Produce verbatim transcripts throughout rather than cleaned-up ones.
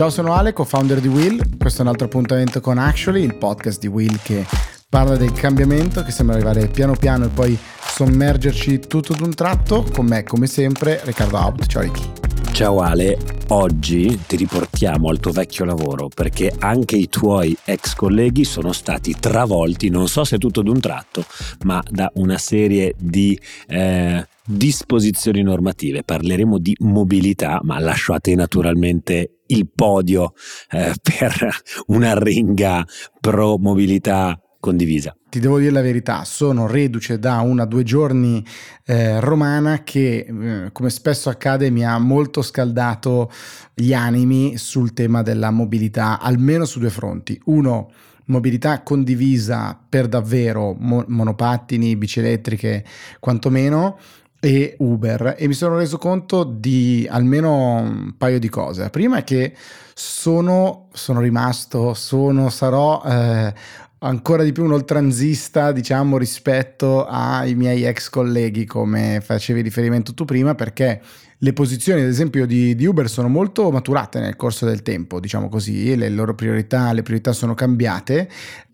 Ciao, sono Ale, co-founder di Will. Questo è un altro appuntamento con Actually, il podcast di Will che parla del cambiamento, che sembra arrivare piano piano e poi sommergerci tutto d'un tratto. Con me, come sempre, Riccardo Haupt. Ciao Ricky. Ciao Ale, oggi ti riportiamo al tuo vecchio lavoro perché anche i tuoi ex colleghi sono stati travolti, non so se tutto d'un tratto, ma da una serie di eh, disposizioni normative. Parleremo di mobilità, ma lascio a te naturalmente il podio eh, per una ringa pro mobilità condivisa. Ti devo dire la verità, sono reduce da una due giorni eh, romana che, eh, come spesso accade, mi ha molto scaldato gli animi sul tema della mobilità, almeno su due fronti. Uno, mobilità condivisa per davvero, mo- monopattini, bici elettriche, quantomeno, e Uber, e mi sono reso conto di almeno un paio di cose. La prima è che sono, sono rimasto, sono, sarò... Eh, ancora di più un oltranzista, diciamo, rispetto ai miei ex colleghi, come facevi riferimento tu prima, perché le posizioni, ad esempio, di, di Uber sono molto maturate nel corso del tempo, diciamo così, le loro priorità, le priorità sono cambiate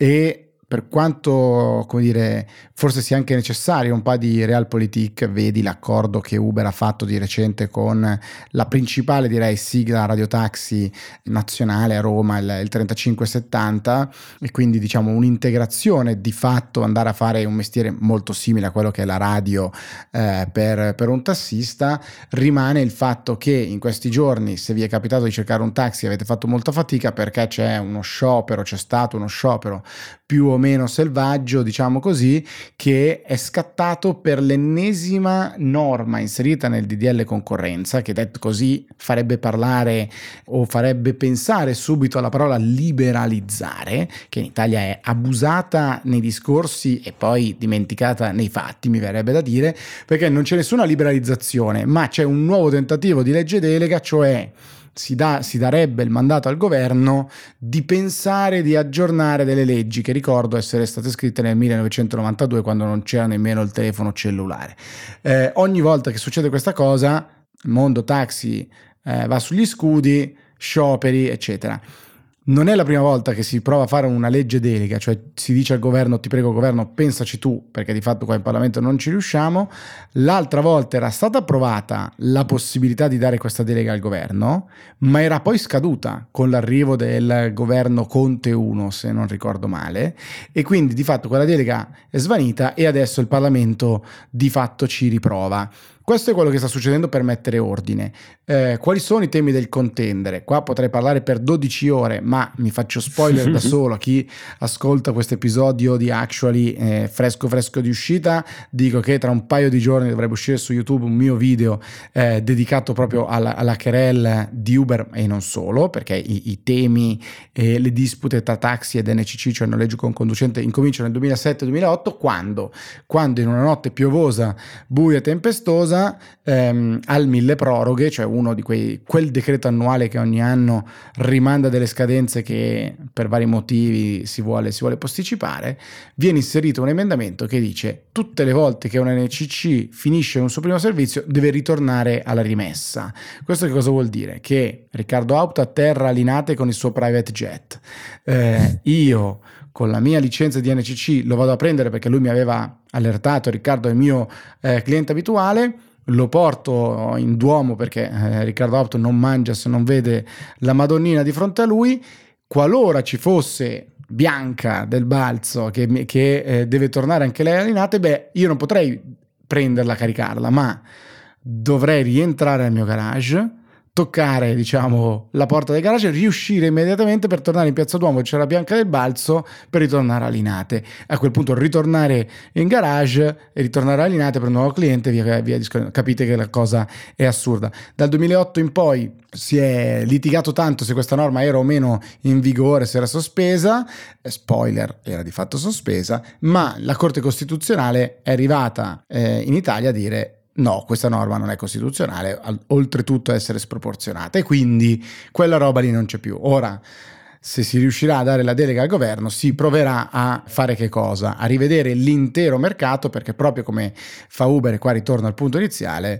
e per quanto, come dire, forse sia anche necessario un po' di realpolitik, vedi l'accordo che Uber ha fatto di recente con la principale, direi, sigla radiotaxi nazionale a Roma, il, il trentacinque settanta, e quindi diciamo un'integrazione di fatto, andare a fare un mestiere molto simile a quello che è la radio eh, per, per un tassista. Rimane il fatto che in questi giorni, se vi è capitato di cercare un taxi, avete fatto molta fatica perché c'è uno sciopero, c'è stato uno sciopero più o meno selvaggio, diciamo così, che è scattato per l'ennesima norma inserita nel D D L concorrenza, che detto così farebbe parlare o farebbe pensare subito alla parola liberalizzare, che in Italia è abusata nei discorsi e poi dimenticata nei fatti, mi verrebbe da dire, perché non c'è nessuna liberalizzazione, ma c'è un nuovo tentativo di legge delega, cioè Si, dà, si darebbe il mandato al governo di pensare di aggiornare delle leggi che ricordo essere state scritte nel millenovecentonovantadue, quando non c'era nemmeno il telefono cellulare. Eh, ogni volta che succede questa cosa, il mondo taxi eh, va sugli scudi, scioperi, eccetera. Non è la prima volta che si prova a fare una legge delega, cioè si dice al governo: ti prego governo, pensaci tu, perché di fatto qua in Parlamento non ci riusciamo. L'altra volta era stata approvata la possibilità di dare questa delega al governo, ma era poi scaduta con l'arrivo del governo Conte uno, se non ricordo male, e quindi di fatto quella delega è svanita e adesso il Parlamento di fatto ci riprova. Questo è quello che sta succedendo per mettere ordine. Eh, quali sono i temi del contendere? Qua potrei parlare per dodici ore, ma mi faccio spoiler da solo a chi ascolta questo episodio di Actually eh, fresco fresco di uscita. Dico che tra un paio di giorni dovrebbe uscire su YouTube un mio video eh, dedicato proprio alla, alla querela di Uber, e non solo, perché i, i temi e le dispute tra taxi ed N C C, cioè noleggio con conducente, incominciano nel duemilasette duemilaotto, quando? Quando in una notte piovosa, buia e tempestosa, Ehm, al mille proroghe, cioè uno di quei quel decreto annuale che ogni anno rimanda delle scadenze che per vari motivi si vuole, si vuole posticipare, viene inserito un emendamento che dice: tutte le volte che un N C C finisce un suo primo servizio deve ritornare alla rimessa. Questo che cosa vuol dire? Che Riccardo Haupt atterra a Linate con il suo private jet, eh, io con la mia licenza di N C C lo vado a prendere perché lui mi aveva allertato: Riccardo è il mio eh, cliente abituale, lo porto in Duomo perché eh, Riccardo Haupt non mangia se non vede la Madonnina di fronte a lui. Qualora ci fosse Bianca del Balzo che, che eh, deve tornare anche lei a Linate, beh, io non potrei prenderla, caricarla, ma dovrei rientrare al mio garage, toccare, diciamo, la porta del garage, riuscire immediatamente per tornare in Piazza Duomo, c'era Bianca del Balzo, per ritornare a Linate. A quel punto ritornare in garage e ritornare a Linate per un nuovo cliente, via, via discorrendo. Capite che la cosa è assurda. Dal duemilaotto in poi si è litigato tanto se questa norma era o meno in vigore, se era sospesa. Spoiler, era di fatto sospesa, ma la Corte Costituzionale è arrivata eh, in Italia a dire: no, questa norma non è costituzionale, oltretutto a essere sproporzionata, e quindi quella roba lì non c'è più. Ora, se si riuscirà a dare la delega al governo, si proverà a fare che cosa? A rivedere l'intero mercato, perché proprio come fa Uber, e qua ritorno al punto iniziale,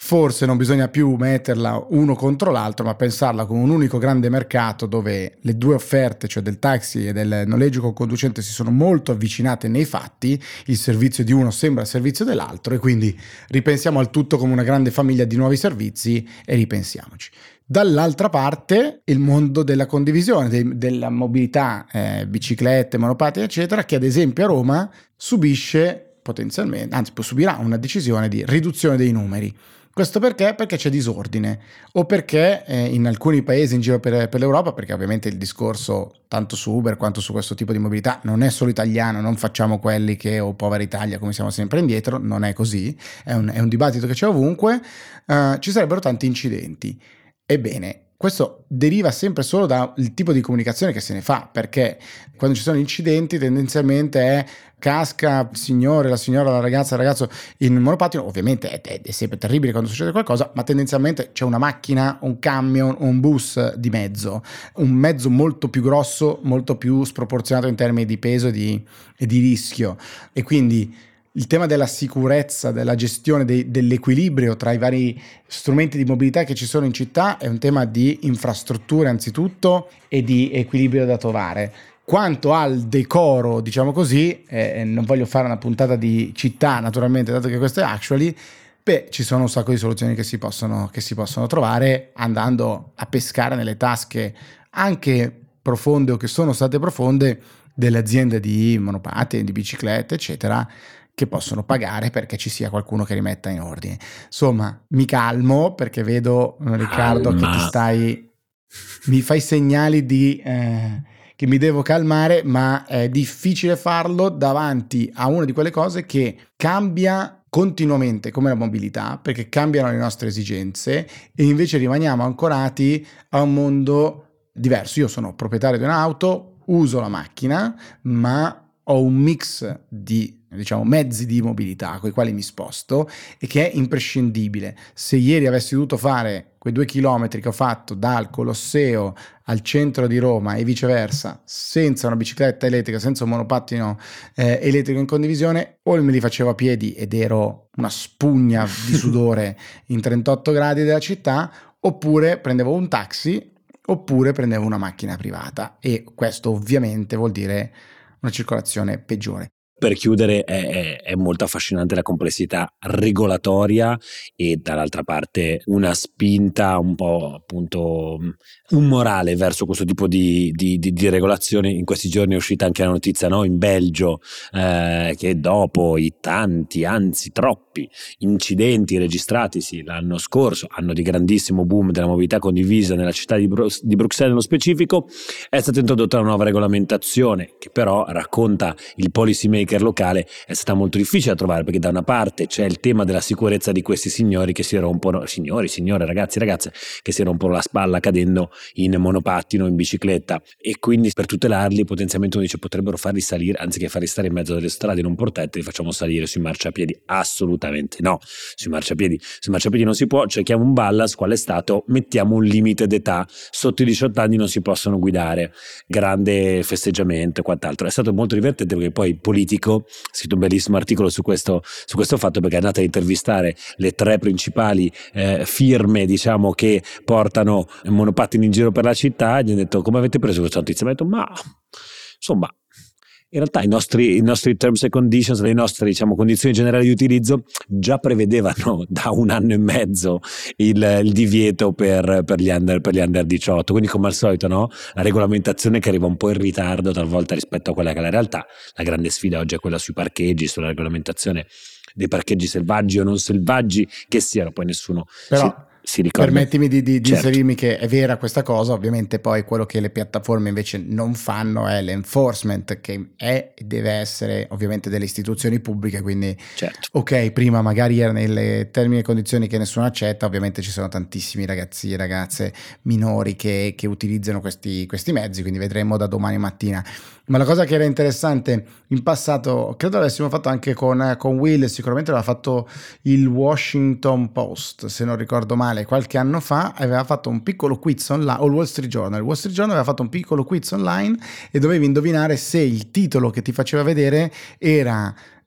forse non bisogna più metterla uno contro l'altro, ma pensarla come un unico grande mercato dove le due offerte, cioè del taxi e del noleggio con conducente, si sono molto avvicinate nei fatti. Il servizio di uno sembra il servizio dell'altro, e quindi ripensiamo al tutto come una grande famiglia di nuovi servizi e ripensiamoci. Dall'altra parte il mondo della condivisione, de- della mobilità, eh, biciclette, monopattini eccetera, che ad esempio a Roma subisce potenzialmente, anzi subirà una decisione di riduzione dei numeri. Questo perché? Perché c'è disordine, o perché eh, in alcuni paesi in giro per, per l'Europa, perché ovviamente il discorso tanto su Uber quanto su questo tipo di mobilità non è solo italiano, non facciamo quelli che o oh, povera Italia come siamo sempre indietro, non è così, è un, è un dibattito che c'è ovunque, uh, ci sarebbero tanti incidenti. Ebbene, questo deriva sempre solo dal tipo di comunicazione che se ne fa, perché quando ci sono incidenti tendenzialmente è casca il signore, la signora, la ragazza, il ragazzo in monopattino. Ovviamente è, è, è sempre terribile quando succede qualcosa, ma tendenzialmente c'è una macchina, un camion, un bus di mezzo, un mezzo molto più grosso, molto più sproporzionato in termini di peso e di, e di rischio, e quindi il tema della sicurezza, della gestione dei, dell'equilibrio tra i vari strumenti di mobilità che ci sono in città è un tema di infrastrutture anzitutto e di equilibrio da trovare. Quanto al decoro, diciamo così, eh, non voglio fare una puntata di città naturalmente, dato che questo è Actually, beh, ci sono un sacco di soluzioni che si possono, che si possono trovare andando a pescare nelle tasche anche profonde o che sono state profonde delle aziende di monopattini, di biciclette eccetera, che possono pagare perché ci sia qualcuno che rimetta in ordine. Insomma, mi calmo perché vedo, Riccardo, Calma. che ti stai mi fai segnali di eh, che mi devo calmare, ma è difficile farlo davanti a una di quelle cose che cambia continuamente come la mobilità, perché cambiano le nostre esigenze e invece rimaniamo ancorati a un mondo diverso. Io sono proprietario di un'auto, uso la macchina, ma ho un mix di diciamo mezzi di mobilità con i quali mi sposto e che è imprescindibile. Se ieri avessi dovuto fare quei due chilometri che ho fatto dal Colosseo al centro di Roma e viceversa senza una bicicletta elettrica, senza un monopattino eh, elettrico in condivisione, o me li facevo a piedi ed ero una spugna di sudore in trentotto gradi della città, oppure prendevo un taxi, oppure prendevo una macchina privata, e questo ovviamente vuol dire una circolazione peggiore. Per chiudere, è, è, è molto affascinante la complessità regolatoria e dall'altra parte una spinta un po' appunto un morale verso questo tipo di, di, di, di regolazione. In questi giorni è uscita anche la notizia, no? In Belgio eh, che dopo i tanti, anzi troppi incidenti registratisi l'anno scorso, anno di grandissimo boom della mobilità condivisa nella città di, Bru- di Bruxelles nello specifico, è stata introdotta una nuova regolamentazione che però, racconta il policy maker locale, è stata molto difficile da trovare, perché da una parte c'è il tema della sicurezza di questi signori che si rompono, signori, signore, ragazzi, ragazze, che si rompono la spalla cadendo in monopattino, in bicicletta, e quindi per tutelarli potenzialmente uno dice potrebbero farli salire, anziché farli stare in mezzo alle strade in un portetto, li facciamo salire sui marciapiedi. Assolutamente no, sui marciapiedi, sui marciapiedi non si può, cerchiamo un balance. Qual è stato? Mettiamo un limite d'età, sotto i diciotto anni non si possono guidare, grande festeggiamento e quant'altro. È stato molto divertente perché poi Politico ha scritto un bellissimo articolo su questo, su questo fatto, perché è andata a intervistare le tre principali eh, firme diciamo che portano monopattini in giro per la città e gli hanno detto come avete preso questa notizia? Mi ha detto ma insomma in realtà i nostri, i nostri terms and conditions, le nostre diciamo condizioni generali di utilizzo già prevedevano da un anno e mezzo il, il divieto per, per, gli under, per gli under diciotto, quindi come al solito no? La regolamentazione che arriva un po' in ritardo talvolta rispetto a quella che è la realtà. La grande sfida oggi è quella sui parcheggi, sulla regolamentazione dei parcheggi selvaggi o non selvaggi che siano, poi nessuno però si, si ricorda. Permettimi di, di, di certo. inserirmi che è vera questa cosa. Ovviamente poi quello che le piattaforme invece non fanno è l'enforcement, che è e deve essere ovviamente delle istituzioni pubbliche, quindi certo. ok, prima magari era nelle termini e condizioni che nessuno accetta, ovviamente ci sono tantissimi ragazzi e ragazze minori che, che utilizzano questi, questi mezzi, quindi vedremo da domani mattina. Ma la cosa che era interessante in passato, credo l'avessimo fatto anche con, con Will, sicuramente l'aveva fatto il Washington Post se non ricordo male, qualche anno fa aveva fatto un piccolo quiz online, o il Wall Street Journal, il Wall Street Journal aveva fatto un piccolo quiz online e dovevi indovinare se il titolo che ti faceva vedere era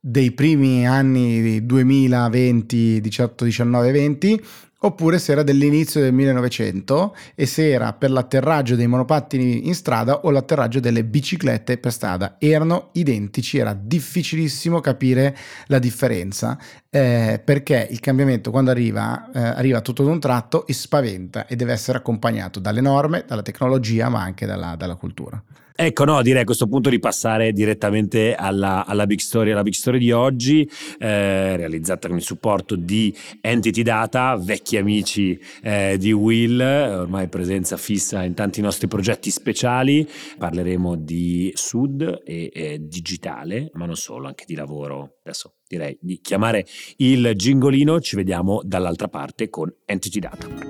dei primi anni duemilaventi, diciotto, diciannove, venti, oppure se era dell'inizio del millenovecento e se era per l'atterraggio dei monopattini in strada o l'atterraggio delle biciclette per strada. Erano identici, era difficilissimo capire la differenza, eh, perché il cambiamento quando arriva, eh, arriva tutto d'un tratto e spaventa, e deve essere accompagnato dalle norme, dalla tecnologia, ma anche dalla, dalla cultura. Ecco, no, direi a questo punto di passare direttamente alla, alla Big Story, alla Big Story di oggi, eh, realizzata con il supporto di Entity Data, vecchi amici eh, di Will, ormai presenza fissa in tanti nostri progetti speciali. Parleremo di Sud e eh, digitale, ma non solo, anche di lavoro. Adesso direi di chiamare il gingolino, ci vediamo dall'altra parte con Entity Data.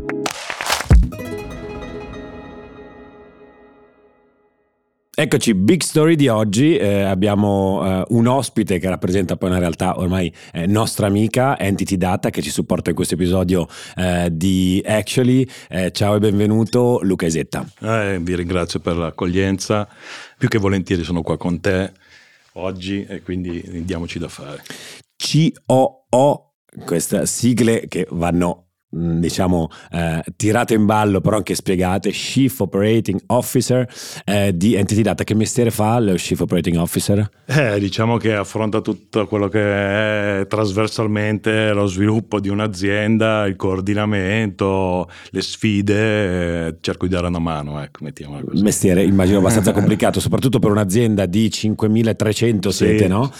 Eccoci, Big Story di oggi, eh, abbiamo eh, un ospite che rappresenta poi una realtà ormai eh, nostra amica, Entity Data, che ci supporta in questo episodio eh, di Actually. Eh, ciao e benvenuto Luca Isetta. Eh, vi ringrazio per l'accoglienza, più che volentieri sono qua con te oggi e quindi diamoci da fare. C O O, queste sigle che vanno diciamo eh, tirate in ballo però anche spiegate. Chief Operating Officer eh, di Entity Data. Che mestiere fa lo Chief Operating Officer? Eh, diciamo che affronta tutto quello che è trasversalmente lo sviluppo di un'azienda, il coordinamento, le sfide, eh, cerco di dare una mano, ecco, mettiamola così. Mestiere immagino abbastanza complicato, soprattutto per un'azienda di cinquemilatrecento sì. siete, no?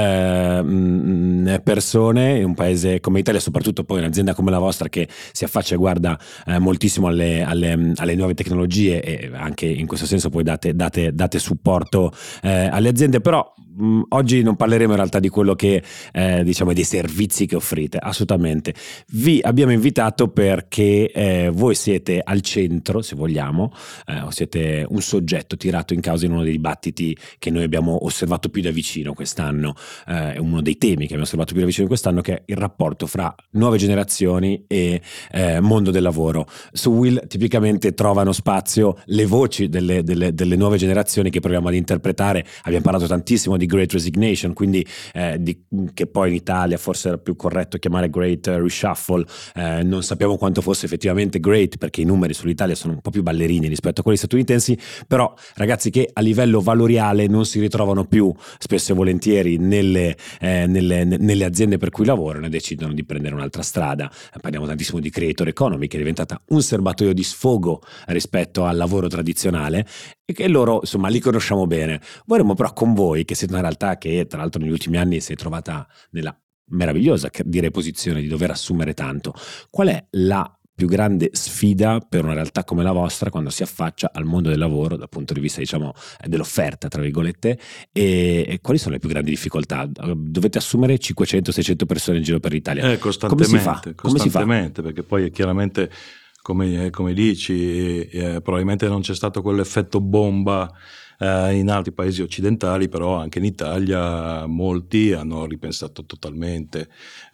Eh, persone in un paese come Italia, soprattutto poi un'azienda come la vostra che si affaccia e guarda eh, moltissimo alle, alle, alle nuove tecnologie, e anche in questo senso poi date, date, date supporto eh, alle aziende. Però mh, oggi non parleremo in realtà di quello che eh, diciamo dei servizi che offrite, assolutamente. Vi abbiamo invitato perché eh, voi siete al centro, se vogliamo, eh, o siete un soggetto tirato in causa in uno dei dibattiti che noi abbiamo osservato più da vicino quest'anno, eh, uno dei temi che abbiamo osservato più da vicino quest'anno, che è il rapporto fra nuove generazioni e Eh, mondo del lavoro. Su Will tipicamente trovano spazio le voci delle, delle, delle nuove generazioni che proviamo ad interpretare. Abbiamo parlato tantissimo di Great Resignation, quindi eh, di, che poi in Italia forse era più corretto chiamare Great Reshuffle. Eh, non sappiamo quanto fosse effettivamente great, perché i numeri sull'Italia sono un po' più ballerini rispetto a quelli statunitensi, però ragazzi che a livello valoriale non si ritrovano più spesso e volentieri nelle, eh, nelle, nelle aziende per cui lavorano e decidono di prendere un'altra strada. Parliamo tantissimo di creator economy, che è diventata un serbatoio di sfogo rispetto al lavoro tradizionale, e che loro insomma li conosciamo bene. Vorremmo però con voi, che siete una realtà che tra l'altro negli ultimi anni si è trovata nella meravigliosa direi posizione di dover assumere tanto, qual è la più grande sfida per una realtà come la vostra quando si affaccia al mondo del lavoro dal punto di vista diciamo dell'offerta tra virgolette, e, e quali sono le più grandi difficoltà? Dovete assumere cinquecento seicento persone in giro per l'Italia, eh, costantemente, come si fa? costantemente Come si fa? Perché poi chiaramente come, come dici eh, probabilmente non c'è stato quell'effetto bomba eh, in altri paesi occidentali, però anche in Italia molti hanno ripensato totalmente.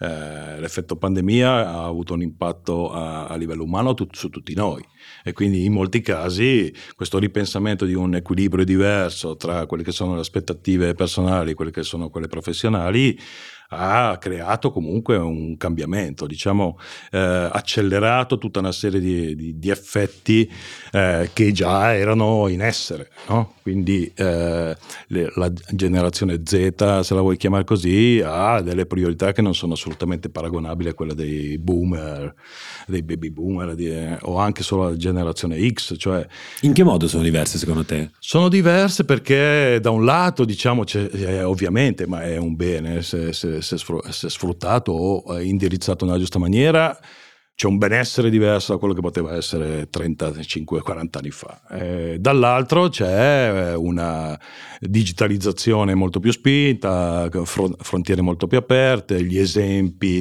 Eh, l'effetto pandemia ha avuto un impatto a, a livello umano tut, su tutti noi, e quindi in molti casi questo ripensamento di un equilibrio diverso tra quelle che sono le aspettative personali e quelle che sono quelle professionali ha creato comunque un cambiamento, diciamo eh, accelerato tutta una serie di, di, di effetti eh, che già erano in essere, no? Quindi eh, le, la generazione Z, se la vuoi chiamare così, ha delle priorità che non sono assolutamente paragonabili a quelle dei boomer, dei baby boomer di, o anche solo la generazione X. Cioè, in che modo sono diverse secondo te? Sono diverse perché da un lato diciamo c'è, eh, ovviamente, ma è un bene se, se se sfruttato o indirizzato nella giusta maniera, c'è un benessere diverso da quello che poteva essere trentacinque quaranta anni fa. Eh, dall'altro c'è una digitalizzazione molto più spinta, frontiere molto più aperte, gli esempi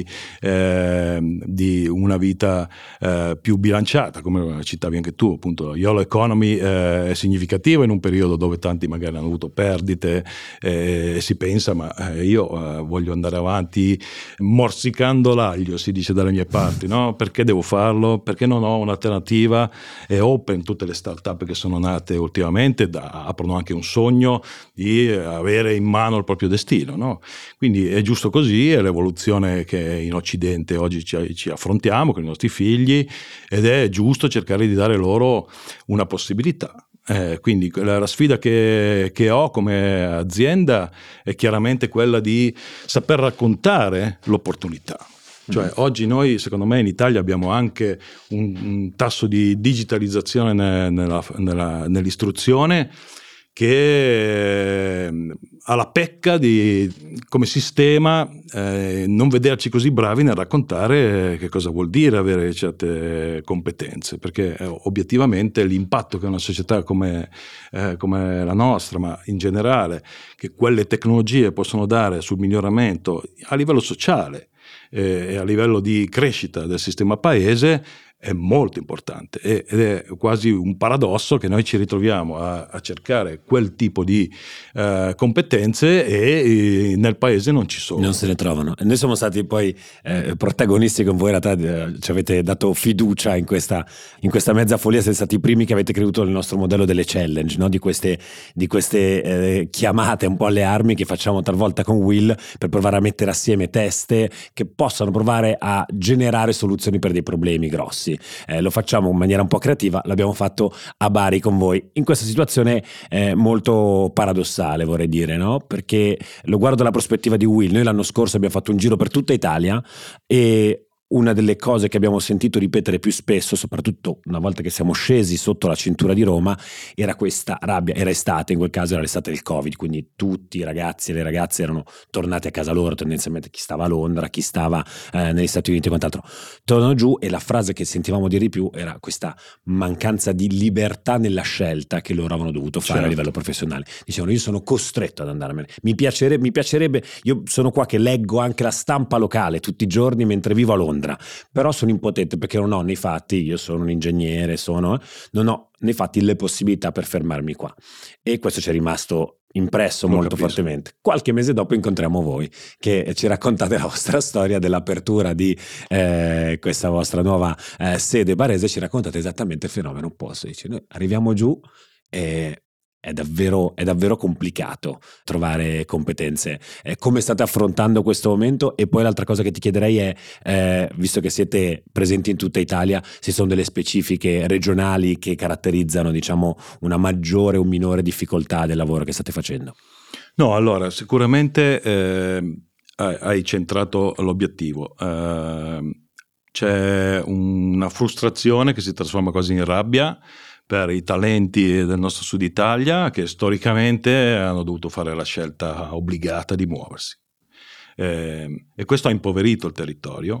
eh, di una vita eh, più bilanciata, come citavi anche tu, appunto. YOLO economy eh, è significativo in un periodo dove tanti magari hanno avuto perdite eh, e si pensa ma eh, io eh, voglio andare avanti morsicando l'aglio, si dice dalle mie parti, no? Per perché devo farlo, perché non ho un'alternativa. È open, tutte le start-up che sono nate ultimamente da, aprono anche un sogno di avere in mano il proprio destino, no? Quindi è giusto così, è l'evoluzione che in Occidente oggi ci, ci affrontiamo con i nostri figli, ed è giusto cercare di dare loro una possibilità. Eh, quindi la, la sfida che, che ho come azienda è chiaramente quella di saper raccontare l'opportunità. Cioè mm. oggi noi, secondo me, in Italia abbiamo anche un, un tasso di digitalizzazione ne, nella, nella, nell'istruzione che ha la pecca di, come sistema, eh, non vederci così bravi nel raccontare che cosa vuol dire avere certe competenze, perché eh, obiettivamente l'impatto che una società come, eh, come la nostra, ma in generale, che quelle tecnologie possono dare sul miglioramento a livello sociale eh, e a livello di crescita del sistema paese, è molto importante, ed è quasi un paradosso che noi ci ritroviamo a, a cercare quel tipo di uh, competenze e, e nel paese non ci sono. Non se ne trovano. Noi siamo stati poi eh, protagonisti con voi, in realtà eh, ci avete dato fiducia in questa, in questa mezza follia, siete stati i primi che avete creduto nel nostro modello delle challenge, no? di queste, di queste eh, chiamate un po' alle armi che facciamo talvolta con Will per provare a mettere assieme teste che possano provare a generare soluzioni per dei problemi grossi. Eh, lo facciamo in maniera un po' creativa, l'abbiamo fatto a Bari con voi in questa situazione eh, molto paradossale, vorrei dire, no? Perché lo guardo dalla prospettiva di Will. Noi l'anno scorso abbiamo fatto un giro per tutta Italia e una delle cose che abbiamo sentito ripetere più spesso, soprattutto una volta che siamo scesi sotto la cintura di Roma, era questa rabbia. Era estate, in quel caso era l'estate del Covid, quindi tutti i ragazzi e le ragazze erano tornati a casa loro, tendenzialmente chi stava a Londra, chi stava eh, negli Stati Uniti e quant'altro. Tornano giù e la frase che sentivamo dire di più era questa mancanza di libertà nella scelta che loro avevano dovuto fare, certo, a livello professionale. Dicevano: io sono costretto ad andarmene, mi piacerebbe, mi piacerebbe, io sono qua che leggo anche la stampa locale tutti i giorni mentre vivo a Londra, però sono impotente perché non ho nei fatti, io sono un ingegnere, sono, non ho nei fatti le possibilità per fermarmi qua. E questo ci è rimasto impresso Lo molto capisco. fortemente. Qualche mese dopo incontriamo voi che ci raccontate la vostra storia dell'apertura di eh, questa vostra nuova eh, sede barese, ci raccontate esattamente il fenomeno opposto. Dice: noi arriviamo giù e È davvero, è davvero complicato trovare competenze. Eh, come state affrontando questo momento? E poi l'altra cosa che ti chiederei è, eh, visto che siete presenti in tutta Italia, se sono delle specifiche regionali che caratterizzano, diciamo, una maggiore o minore difficoltà del lavoro che state facendo? No, allora, sicuramente eh, hai centrato l'obiettivo. Eh, c'è una frustrazione che si trasforma quasi in rabbia per i talenti del nostro Sud Italia, che storicamente hanno dovuto fare la scelta obbligata di muoversi. Eh, e questo ha impoverito il territorio.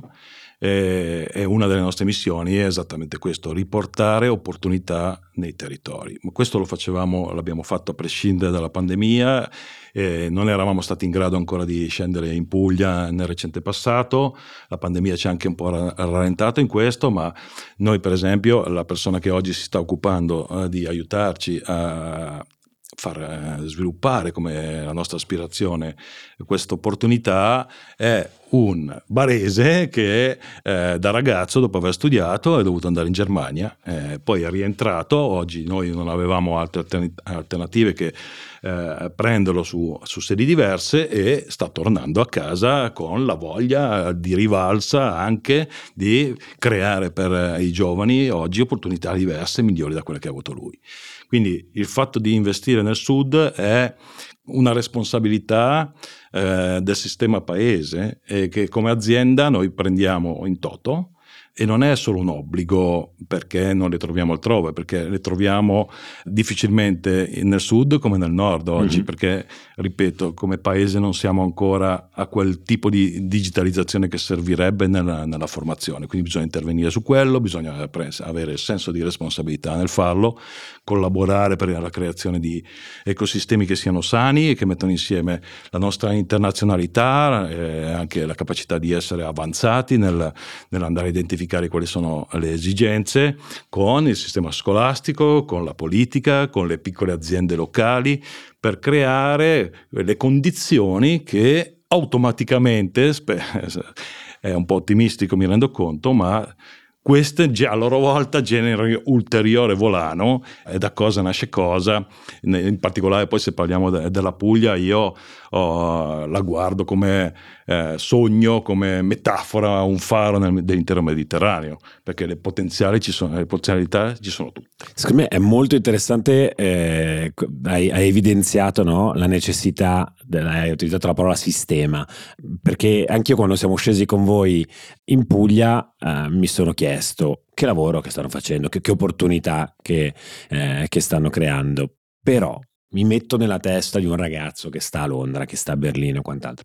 Eh, e una delle nostre missioni è esattamente questo: riportare opportunità nei territori. Ma questo lo facevamo, l'abbiamo fatto a prescindere dalla pandemia. Eh, non eravamo stati in grado ancora di scendere in Puglia nel recente passato. La pandemia ci ha anche un po' rallentato in questo, ma noi, per esempio, la persona che oggi si sta occupando eh, di aiutarci a far sviluppare, come la nostra aspirazione, questa opportunità, è un barese che eh, da ragazzo, dopo aver studiato, è dovuto andare in Germania, eh, poi è rientrato. Oggi noi non avevamo altre alternative che eh, prenderlo su, su sedi diverse, e sta tornando a casa con la voglia di rivalsa anche di creare per i giovani oggi opportunità diverse, migliori da quelle che ha avuto lui. Quindi il fatto di investire nel Sud è una responsabilità eh, del sistema paese, e che come azienda noi prendiamo in toto, e non è solo un obbligo perché non le troviamo altrove, perché le troviamo difficilmente nel Sud come nel Nord oggi, mm-hmm. perché, ripeto, come paese non siamo ancora a quel tipo di digitalizzazione che servirebbe nella, nella formazione. Quindi bisogna intervenire su quello, bisogna avere il senso di responsabilità nel farlo, collaborare per la creazione di ecosistemi che siano sani e che mettano insieme la nostra internazionalità e anche la capacità di essere avanzati nel, nell'andare a identificare quali sono le esigenze, con il sistema scolastico, con la politica, con le piccole aziende locali, per creare le condizioni che automaticamente è un po' ottimistico, mi rendo conto, ma queste a loro volta generano ulteriore volano, e da cosa nasce cosa. In particolare poi se parliamo de- della Puglia, io oh, la guardo come eh, sogno, come metafora, un faro nel, dell'intero Mediterraneo, perché le potenziali ci sono, le potenzialità ci sono tutte. Secondo me è molto interessante, eh, hai, hai evidenziato, no, la necessità, hai utilizzato la parola sistema, perché anch'io quando siamo scesi con voi in Puglia eh, mi sono chiesto che lavoro che stanno facendo, che, che opportunità che, eh, che stanno creando, però mi metto nella testa di un ragazzo che sta a Londra, che sta a Berlino e quant'altro.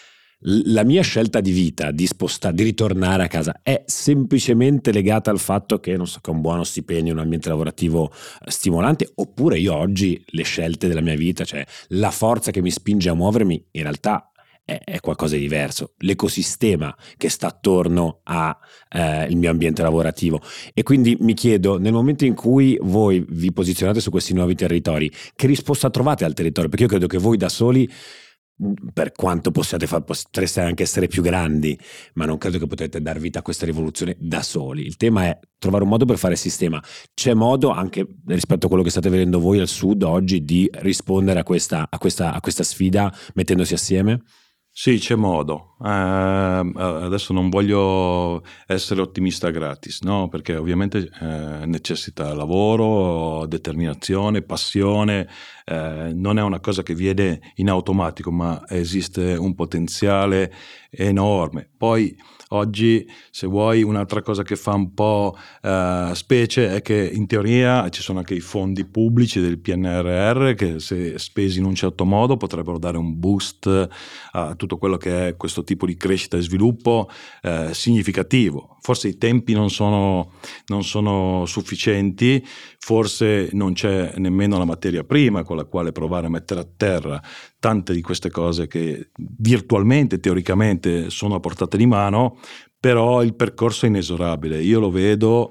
La mia scelta di vita, di spostare, di ritornare a casa, è semplicemente legata al fatto che, non so, che ho un buono stipendio, un ambiente lavorativo stimolante, oppure io oggi le scelte della mia vita, cioè la forza che mi spinge a muovermi, in realtà è, è qualcosa di diverso, l'ecosistema che sta attorno al eh, mio ambiente lavorativo. E quindi mi chiedo, nel momento in cui voi vi posizionate su questi nuovi territori, che risposta trovate al territorio? Perché io credo che voi da soli, per quanto possiate fare, potreste anche essere più grandi, ma non credo che potete dar vita a questa rivoluzione da soli. Il tema è trovare un modo per fare sistema. C'è modo, anche rispetto a quello che state vedendo voi al sud oggi, di rispondere a questa, a questa, a questa sfida mettendosi assieme? Sì, c'è modo. Eh, adesso non voglio essere ottimista gratis, no? Perché ovviamente eh, necessita lavoro, determinazione, passione. Eh, non è una cosa che viene in automatico, ma esiste un potenziale enorme. Poi oggi, se vuoi, un'altra cosa che fa un po' eh, specie è che in teoria ci sono anche i fondi pubblici del P N R R che, se spesi in un certo modo, potrebbero dare un boost a tutto quello che è questo tipo di crescita e sviluppo eh, significativo. Forse i tempi non sono, non sono sufficienti, forse non c'è nemmeno la materia prima con la quale provare a mettere a terra tante di queste cose che virtualmente, teoricamente sono a portata di mano, però il percorso è inesorabile. Io lo vedo,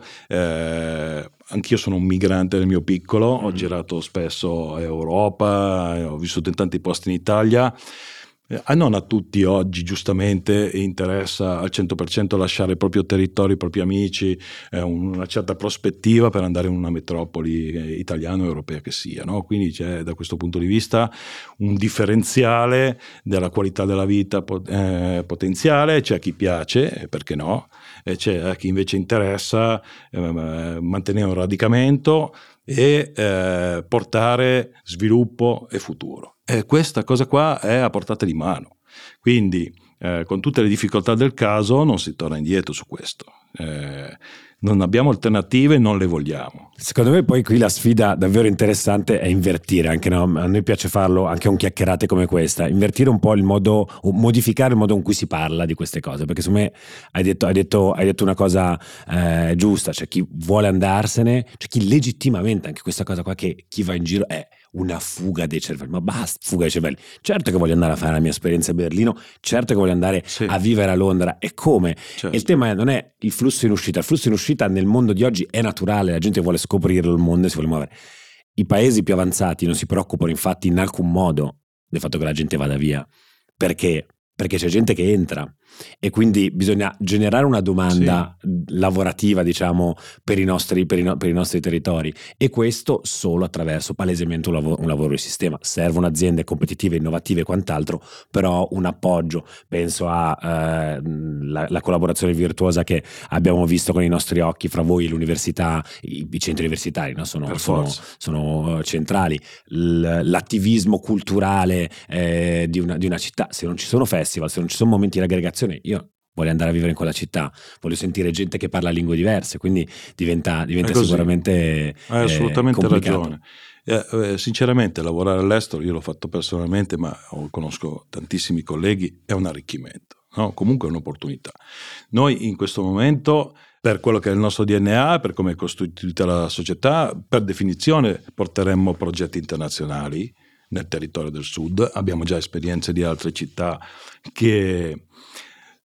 eh, anch'io sono un migrante nel mio piccolo, ho girato spesso Europa, ho vissuto in tanti posti in Italia. Eh, non a tutti oggi giustamente interessa al cento per cento lasciare il proprio territorio, i propri amici, eh, una certa prospettiva per andare in una metropoli eh, italiana o europea che sia, no? Quindi c'è da questo punto di vista un differenziale della qualità della vita eh, potenziale. C'è a chi piace, perché no, e c'è a chi invece interessa eh, mantenere un radicamento e eh, portare sviluppo e futuro. E questa cosa qua è a portata di mano, quindi eh, con tutte le difficoltà del caso non si torna indietro su questo. Eh, non abbiamo alternative, non le vogliamo. Secondo me poi qui la sfida davvero interessante è invertire, anche no? A noi piace farlo anche con chiacchierate come questa, invertire un po' il modo, modificare il modo in cui si parla di queste cose, perché secondo me hai detto, hai detto, hai detto una cosa eh, giusta, c'è chi vuole andarsene, c'è chi legittimamente, anche questa cosa qua, che chi va in giro è una fuga dei cervelli, ma basta, fuga dei cervelli. Certo che voglio andare a fare la mia esperienza a Berlino, certo che voglio andare sì. a vivere a Londra, e come? Certo. E il tema è, non è il flusso in uscita, il flusso in uscita nel mondo di oggi è naturale, la gente vuole scoprire il mondo e si vuole muovere. I paesi più avanzati non si preoccupano infatti in alcun modo del fatto che la gente vada via, perché? Perché c'è gente che entra, e quindi bisogna generare una domanda sì. lavorativa, diciamo, per i nostri, per i, no, per i nostri territori, e questo solo attraverso palesemente un lavoro, un lavoro di sistema. Servono aziende competitive, innovative e quant'altro, però un appoggio. Penso a eh, la, la collaborazione virtuosa che abbiamo visto con i nostri occhi fra voi e l'università, i, i centri universitari, no? sono, sono, sono centrali. L, l'attivismo culturale eh, di, una, di una città, se non ci sono festival, se non ci sono momenti di aggregazione, io voglio andare a vivere in quella città, voglio sentire gente che parla lingue diverse, quindi diventa, diventa sicuramente hai assolutamente eh, ragione. Eh, eh, sinceramente lavorare all'estero, io l'ho fatto personalmente, ma conosco tantissimi colleghi, è un arricchimento, no? Comunque è un'opportunità. Noi in questo momento, per quello che è il nostro D N A, per come è costituita la società, per definizione porteremmo progetti internazionali nel territorio del sud. Abbiamo già esperienze di altre città che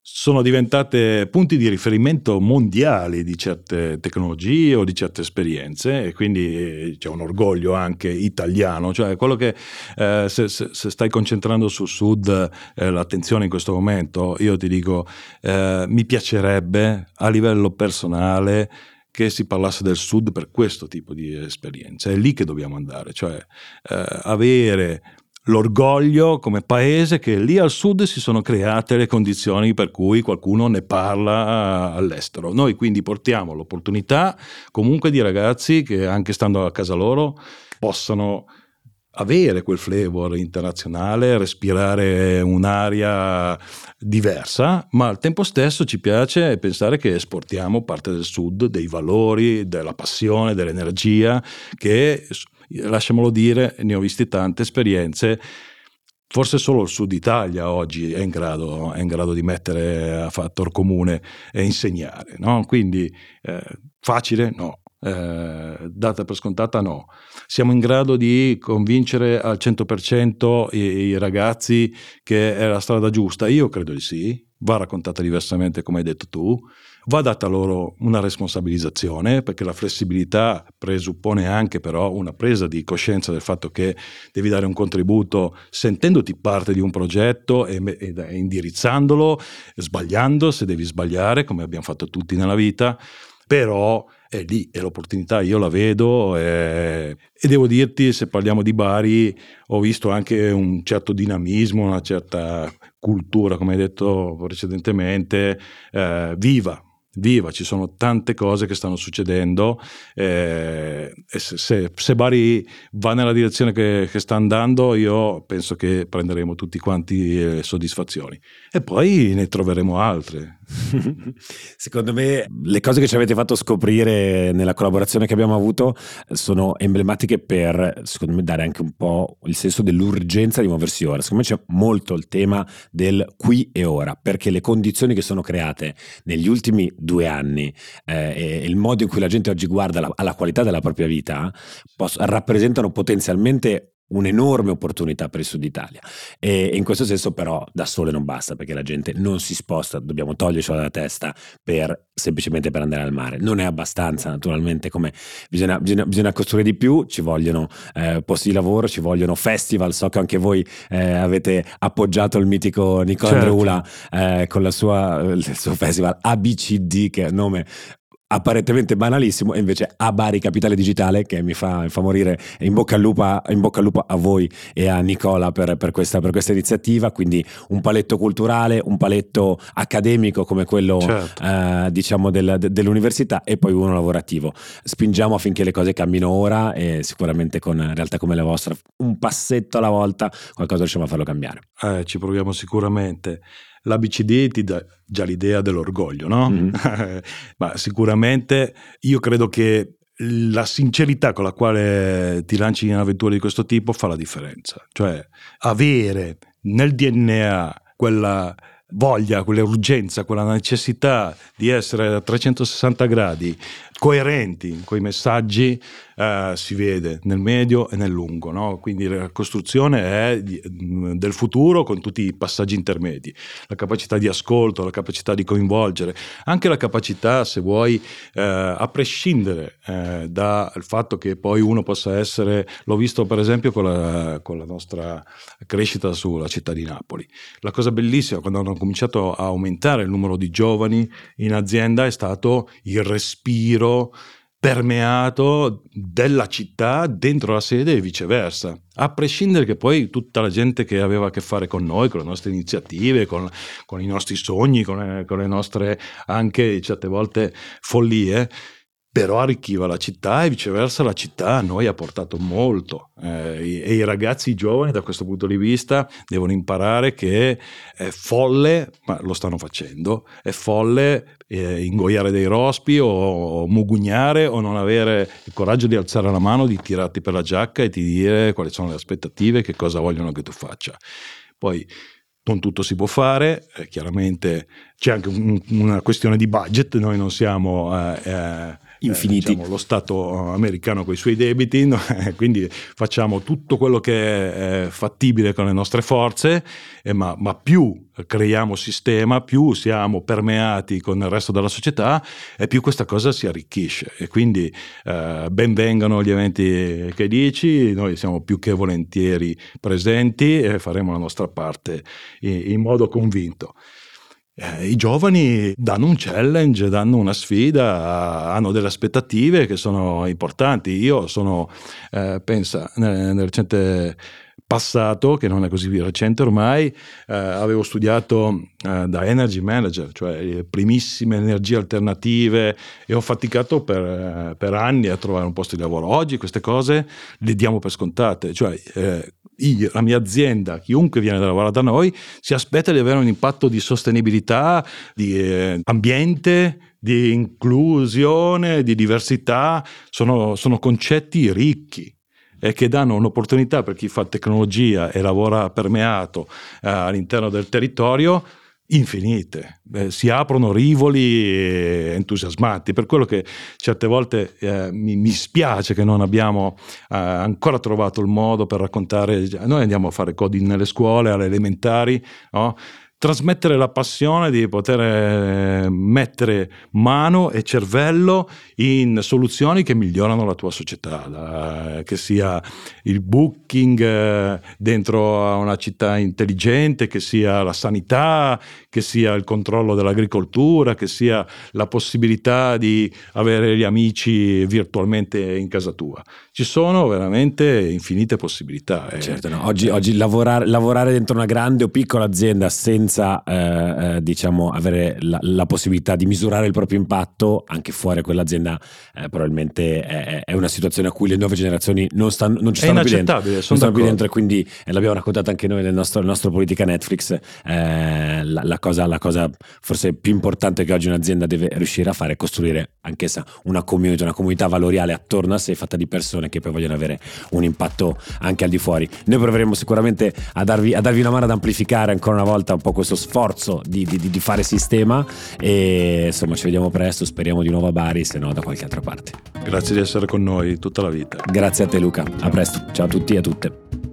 sono diventate punti di riferimento mondiali di certe tecnologie o di certe esperienze, e quindi c'è un orgoglio anche italiano, cioè quello che eh, se, se, se stai concentrando sul Sud eh, l'attenzione in questo momento, io ti dico eh, mi piacerebbe a livello personale che si parlasse del Sud per questo tipo di esperienze. È lì che dobbiamo andare, cioè eh, avere l'orgoglio come paese che lì al Sud si sono create le condizioni per cui qualcuno ne parla all'estero. Noi quindi portiamo l'opportunità comunque di ragazzi che anche stando a casa loro possano avere quel flavor internazionale, respirare un'aria diversa, ma al tempo stesso ci piace pensare che esportiamo parte del Sud, dei valori, della passione, dell'energia che, lasciamolo dire, ne ho viste tante esperienze. Forse solo il Sud Italia oggi è in grado, è in grado di mettere a fattor comune e insegnare, no? Quindi eh, facile? No. Eh, data per scontata? No. Siamo in grado di convincere al cento per cento i, i ragazzi che è la strada giusta? Io credo di sì. Va raccontata diversamente, come hai detto tu. Va data loro una responsabilizzazione, perché la flessibilità presuppone anche però una presa di coscienza del fatto che devi dare un contributo sentendoti parte di un progetto e, e, e indirizzandolo, sbagliando se devi sbagliare, come abbiamo fatto tutti nella vita, però è lì, è l'opportunità, io la vedo e, e devo dirti, se parliamo di Bari, ho visto anche un certo dinamismo, una certa cultura, come hai detto precedentemente, eh, viva. Viva, ci sono tante cose che stanno succedendo eh, e se, se, se Bari va nella direzione che, che sta andando, io penso che prenderemo tutti quanti le soddisfazioni e poi ne troveremo altre. Secondo me le cose che ci avete fatto scoprire nella collaborazione che abbiamo avuto sono emblematiche per, secondo me, dare anche un po' il senso dell'urgenza di muoversi ora. Secondo me c'è molto il tema del qui e ora, perché le condizioni che sono create negli ultimi due anni eh, e il modo in cui la gente oggi guarda la, alla qualità della propria vita poss- rappresentano potenzialmente un'enorme opportunità per il Sud Italia e, e in questo senso però da sole non basta, perché la gente non si sposta, dobbiamo togliercela dalla testa per semplicemente per andare al mare, non è abbastanza naturalmente, come bisogna, bisogna, bisogna costruire di più, ci vogliono eh, posti di lavoro, ci vogliono festival, so che anche voi eh, avete appoggiato il mitico Nicola Certo. Andreula eh, con la sua, il suo festival A B C D, che è un nome apparentemente banalissimo, e invece a Bari Capitale Digitale, che mi fa, mi fa morire. In bocca al lupo, in bocca al lupo a voi e a Nicola per, per, questa, per questa iniziativa. Quindi un paletto culturale, un paletto accademico come quello certo. eh, diciamo del, de, dell'università, e poi uno lavorativo. Spingiamo affinché le cose cammino ora, e sicuramente con realtà come la vostra, un passetto alla volta, qualcosa riusciamo a farlo cambiare. Eh, ci proviamo sicuramente. L'A B C D ti dà già l'idea dell'orgoglio, no? Mm-hmm. Ma sicuramente io credo che la sincerità con la quale ti lanci in avventure di questo tipo fa la differenza. Cioè avere nel D N A quella voglia, quella urgenza, quella necessità di essere a trecentosessanta gradi coerenti con i messaggi eh, si vede nel medio e nel lungo, no? Quindi la costruzione è di, del futuro con tutti i passaggi intermedi, la capacità di ascolto, la capacità di coinvolgere, anche la capacità, se vuoi, eh, a prescindere eh, dal fatto che poi uno possa essere, l'ho visto per esempio con la, con la nostra crescita sulla città di Napoli. La cosa bellissima quando hanno cominciato a aumentare il numero di giovani in azienda è stato il respiro permeato della città dentro la sede e viceversa, a prescindere che poi tutta la gente che aveva a che fare con noi, con le nostre iniziative, con, con i nostri sogni, con le, con le nostre anche certe volte follie, però arricchiva la città e viceversa la città a noi ha portato molto eh, e i ragazzi giovani da questo punto di vista devono imparare che è folle, ma lo stanno facendo, è folle eh, ingoiare dei rospi o, o mugugnare o non avere il coraggio di alzare la mano, di tirarti per la giacca e di dire quali sono le aspettative, che cosa vogliono che tu faccia. Poi non tutto si può fare, eh, chiaramente c'è anche un, una questione di budget, noi non siamo eh, eh, infiniti. Eh, diciamo, lo Stato americano con i suoi debiti, no? Quindi facciamo tutto quello che è fattibile con le nostre forze, eh, ma, ma più creiamo sistema, più siamo permeati con il resto della società e più questa cosa si arricchisce. E quindi eh, ben vengano gli eventi che dici, noi siamo più che volentieri presenti e faremo la nostra parte in, in modo convinto. Eh, I giovani danno un challenge, danno una sfida, hanno delle aspettative che sono importanti. Io sono, eh, pensa, nel, nel recente passato, che non è così recente ormai, eh, avevo studiato eh, da energy manager, cioè le primissime energie alternative, e ho faticato per, eh, per anni a trovare un posto di lavoro. Oggi queste cose le diamo per scontate, cioè eh, io, la mia azienda, chiunque viene da lavorare da noi si aspetta di avere un impatto di sostenibilità, di eh, ambiente, di inclusione, di diversità. Sono, sono concetti ricchi e che danno un'opportunità per chi fa tecnologia e lavora permeato eh, all'interno del territorio infinite. Eh, si aprono rivoli entusiasmanti, per quello che certe volte eh, mi, mi spiace che non abbiamo eh, ancora trovato il modo per raccontare. Noi andiamo a fare coding nelle scuole, alle elementari, no? Trasmettere la passione di poter mettere mano e cervello in soluzioni che migliorano la tua società, che sia il booking dentro a una città intelligente, che sia la sanità, che sia il controllo dell'agricoltura, che sia la possibilità di avere gli amici virtualmente in casa tua. Ci sono veramente infinite possibilità. Certo, no. Oggi, oggi lavorare, lavorare dentro una grande o piccola azienda senza senza eh, eh, diciamo avere la, la possibilità di misurare il proprio impatto anche fuori quell'azienda, eh, probabilmente è, è una situazione a cui le nuove generazioni non, stanno, non ci stanno più dentro, non stanno più dentro, e quindi eh, l'abbiamo raccontato anche noi nel nostro, nel nostro politica Netflix. eh, la, la, cosa, la cosa forse più importante che oggi un'azienda deve riuscire a fare è costruire anch'essa una community, una comunità valoriale attorno a sé, fatta di persone che poi vogliono avere un impatto anche al di fuori. Noi proveremo sicuramente a darvi, a darvi una mano ad amplificare ancora una volta un po' questo sforzo di, di, di fare sistema, e insomma ci vediamo presto, speriamo di nuovo a Bari, se no da qualche altra parte. Grazie di essere con noi tutta la vita. Grazie a te Luca, a presto, ciao a tutti e a tutte.